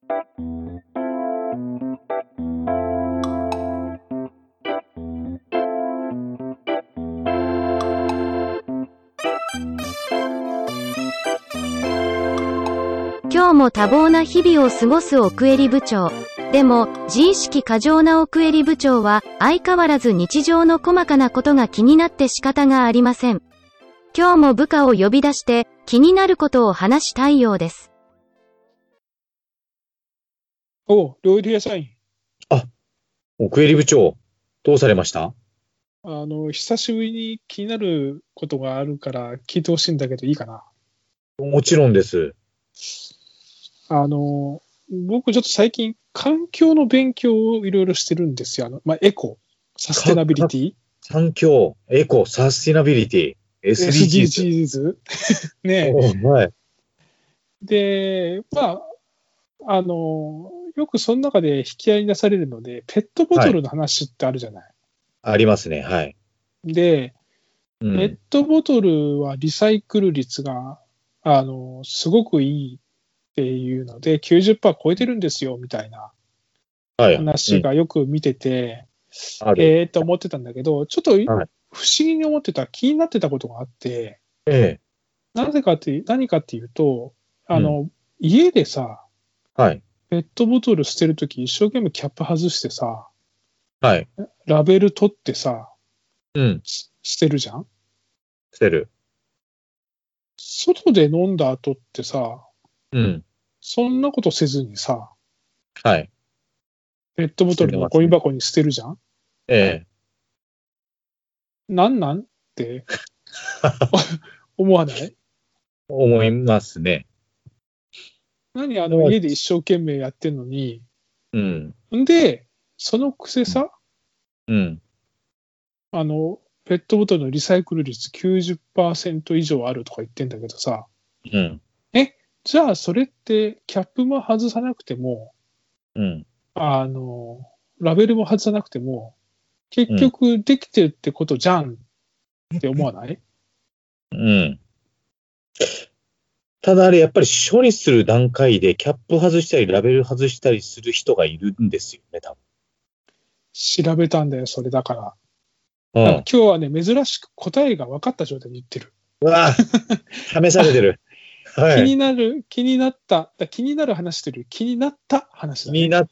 今日も多忙な日々を過ごす奥襟部長。でも、自意識過剰な奥襟部長は、相変わらず日常の細かなことが気になって仕方がありません。今日も部下を呼び出して、気になることを話したいようです。 おう、料理屋社員。 あ、奥襟部長、どうされました？ 久しぶりに気になることがあるから聞いてほしいんだけどいいかな。 もちろんです。 僕ちょっと最近環境の勉強をいろいろしてるんですよ。エコ、サステナビリティ。 環境、エコ、サステナビリティ、 SDGs。ねえ。はい。 で、よくその中で引き合いに出されるので、ペットボトルの話ってあるじゃない。はい、 ありますね。はい。 で、ペットボトルはリサイクル率が、すごくいいっていうので、90% 超えてるんですよ、みたいな話がよく見てて、と思ってたんだけど、ちょっと不思議に思ってた、気になってたことがあって、何かっていうと、家でさ、ペットボトル捨てるとき一生懸命キャップ外してさ、ラベル取ってさ、捨てるじゃん？ 捨てる。 外で飲んだ後ってさ、そんなことせずにさ、ペットボトルのゴミ箱に捨てるじゃん？なんって思わない？ 思いますね。 何家で一生懸命やってんのに、で、そのくせさ、ペットボトルのリサイクル率 90% 以上あるとか言ってんだけどさ、じゃあそれってキャップも外さなくても、ラベルも外さなくても、結局できてるってことじゃんって思わない？ ただあれやっぱり処理する段階でキャップ外したりラベル外したりする人がいるんですよね、多分。 調べたんだよ、それだから。今日はね、珍しく答えが分かった状態で言ってる。 うわ試されてる。 気になる話というより気になった話だね。 気になって、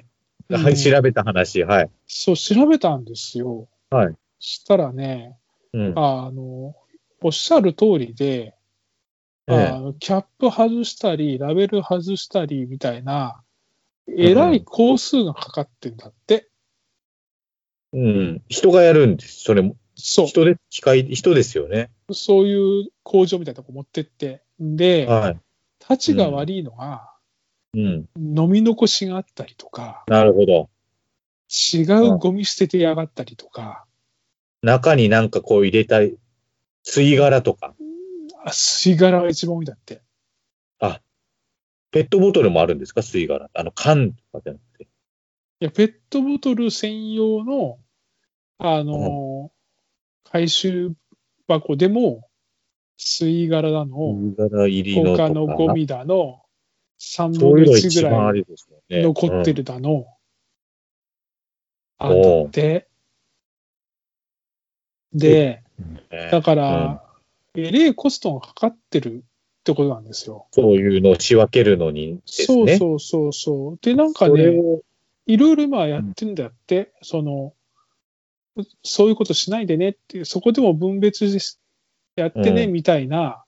調べた話、 そう、調べたんですよ。したらね、おっしゃる通りで、キャップ外したり、ラベル外したりみたいな、えらい工数がかかってんだって。 人がやるんです。それも。 そう。 人ですよね。 そういう工場みたいなとこ持ってって。で、立ちが悪いのが、飲み残しがあったりとか、 なるほど。 違うゴミ捨ててやがったりとか。 中になんかこう入れたい、吸い殻とか。 吸い殻が一番多いんだって。 ペットボトルもあるんですか？吸い殻。缶とかじゃなくて。 いや、ペットボトル専用の、回収箱でも、吸い殻だの、他のゴミだの、3分の1ぐらい残ってるだの、あんだって。で、だから、えれえコストがかかってるってことなんですよ。 そういうのを仕分けるのにですね。 そう。で、なんかね、いろいろ今やってんだって、そういうことしないでねっていう、そこでも分別やってね、みたいな、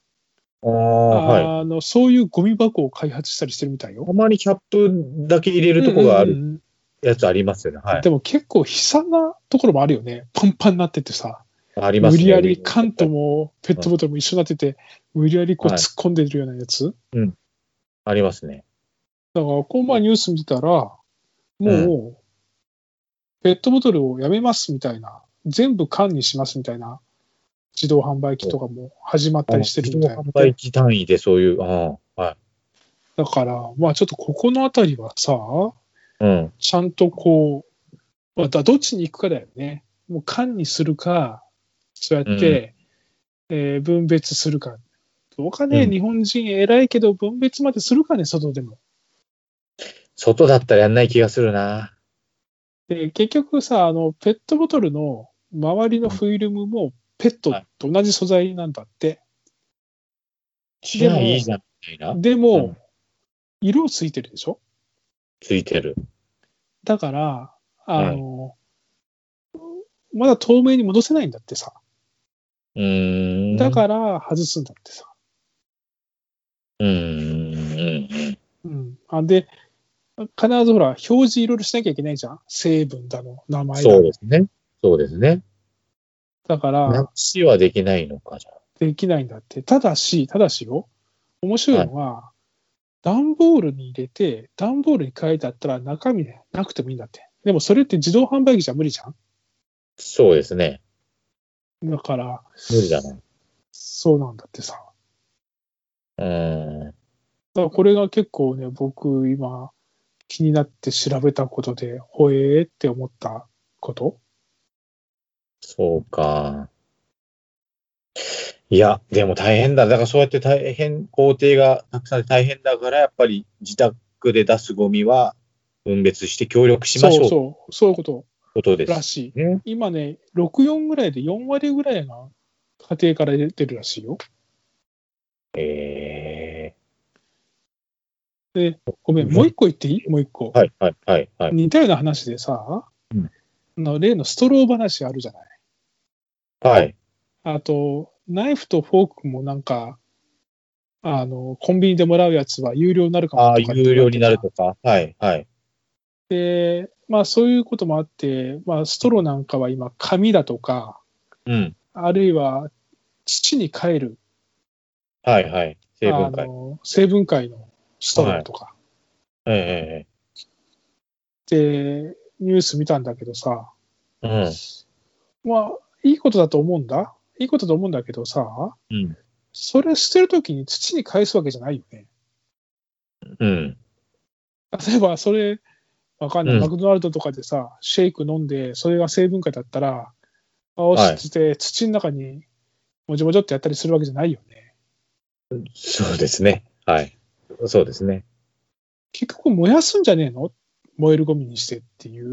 そういうゴミ箱を開発したりしてるみたいよ。 たまにキャップだけ入れるとこがあるやつありますよね。 でも結構悲惨なところもあるよね。パンパンになっててさ。 ありますね。 無理やり缶ともペットボトルも一緒になってて、無理やりこう突っ込んでるようなやつ。 ありますね。 だから、ニュース見たら、もう、ペットボトルをやめますみたいな、全部缶にしますみたいな自動販売機とかも始まったりしてるみたいな。 自動販売機単位でそういう、 だから、ちょっとここのあたりはさ、ちゃんとこう、どっちに行くかだよね。もう缶にするか、そうやって、分別するか。どうかね、日本人偉いけど分別までするかね、外でも。 外だったらやんない気がするな。 で、結局さ、ペットボトルの周りのフィルムもペットと同じ素材なんだって。 じゃあいいじゃん、みたいな。 でも、色ついてるでしょ？ ついてる。 だから、まだ透明に戻せないんだってさ。だから外すんだってさ。で、必ずほら、表示いろいろしなきゃいけないじゃん。成分だの、名前だの。 そうですね。そうですね。 だから、 なしはできないのか、じゃあ。 できないんだって。ただしよ、面白いのは、段ボールに入れて、段ボールに書いてあったら中身なくてもいいんだって。でもそれって自動販売機じゃ無理じゃん？ そうですね。 だから、 無理だね。 そうなんだってさ。だからこれが結構ね、僕今気になって調べたことで、ほえーって思ったこと。 そうか。いや、でも大変だ。だからそうやって工程がたくさん大変だから、やっぱり自宅で出すゴミは分別して協力しましょう。 そういうことです。 らしい。今ね、64ぐらいで4割ぐらいが家庭から出てるらしいよ。で、ごめん、もう一個言っていい？もう一個。 はい。 似たような話でさ、例のストロー話あるじゃない。 はい。 あと、ナイフとフォークもなんか、コンビニでもらうやつは有料になるかもとか。 有料になるとか。はい。 で、まあそういうこともあって、まあストローなんかは今紙だとか、あるいは土に帰る。成分解のストローとか。で、ニュース見たんだけどさ、まあ、いいことだと思うんだけどさ、それ捨てるときに土に返すわけじゃないよね。例えば、それ、わかんない、マクドナルドとかでさ、シェイク飲んで、それが成分解だったら、捨てて土の中にもじもじょってやったりするわけじゃないよね。 そうですね。はい。そうですね。 結局燃やすんじゃねえの？燃えるゴミにしてっていう。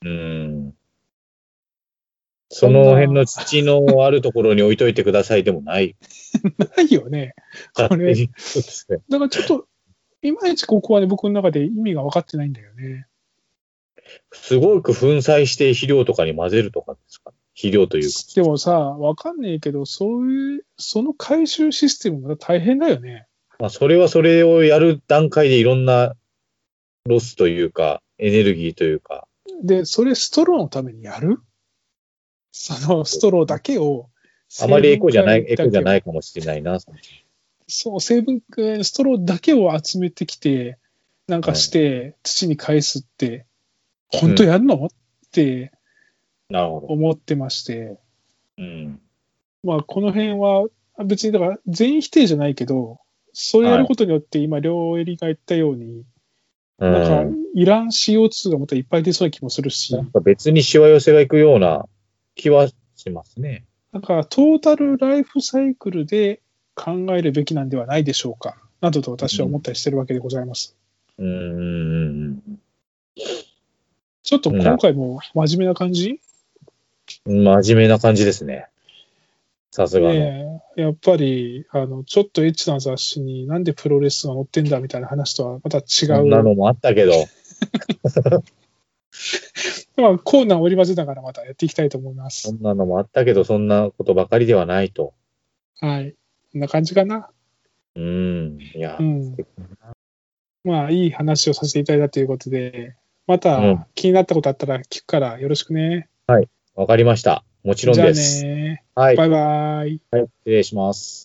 その辺の土のあるところに置いといてくださいでもない。 ないよね。これ。だからちょっと、いまいちここはね、僕の中で意味が分かってないんだよね。 すごく粉砕して肥料とかに混ぜるとかですか？肥料というか。 でもさ、分かんねえけど、その回収システムが大変だよね。 まあ、それはそれをやる段階でいろんなロスというか、エネルギーというか。 で、それストローのためにやる？そのストローだけを。 あまりエコじゃないかもしれないな。 そう、成分解ストローだけを集めてきて、なんかして、土に返すって、本当やるの？って思ってまして。まあ、この辺は、別にだから全否定じゃないけど、それやることによって今、両襟が言ったように、なんか、いらん CO2 がまたいっぱい出そうな気もするし。 なんか別にしわ寄せがいくような気はしますね。 なんか、トータルライフサイクルで考えるべきなんではないでしょうか、などと私は思ったりしてるわけでございます。ちょっと今回も真面目な感じ？ 真面目な感じですね。さすがの。やっぱり、ちょっとエッチな雑誌になんでプロレスが載ってんだみたいな話とはまた違う。 そんなのもあったけど。 まあ、コーナー織り交ぜながらまたやっていきたいと思います。 そんなのもあったけど、そんなことばかりではないと。 はい。こんな感じかな。 いや。 まあ、いい話をさせていただいたということで、また気になったことあったら聞くからよろしくね。 はい。わかりました。もちろんです。 じゃあね。 はい。 バイバイ。 はい。失礼します。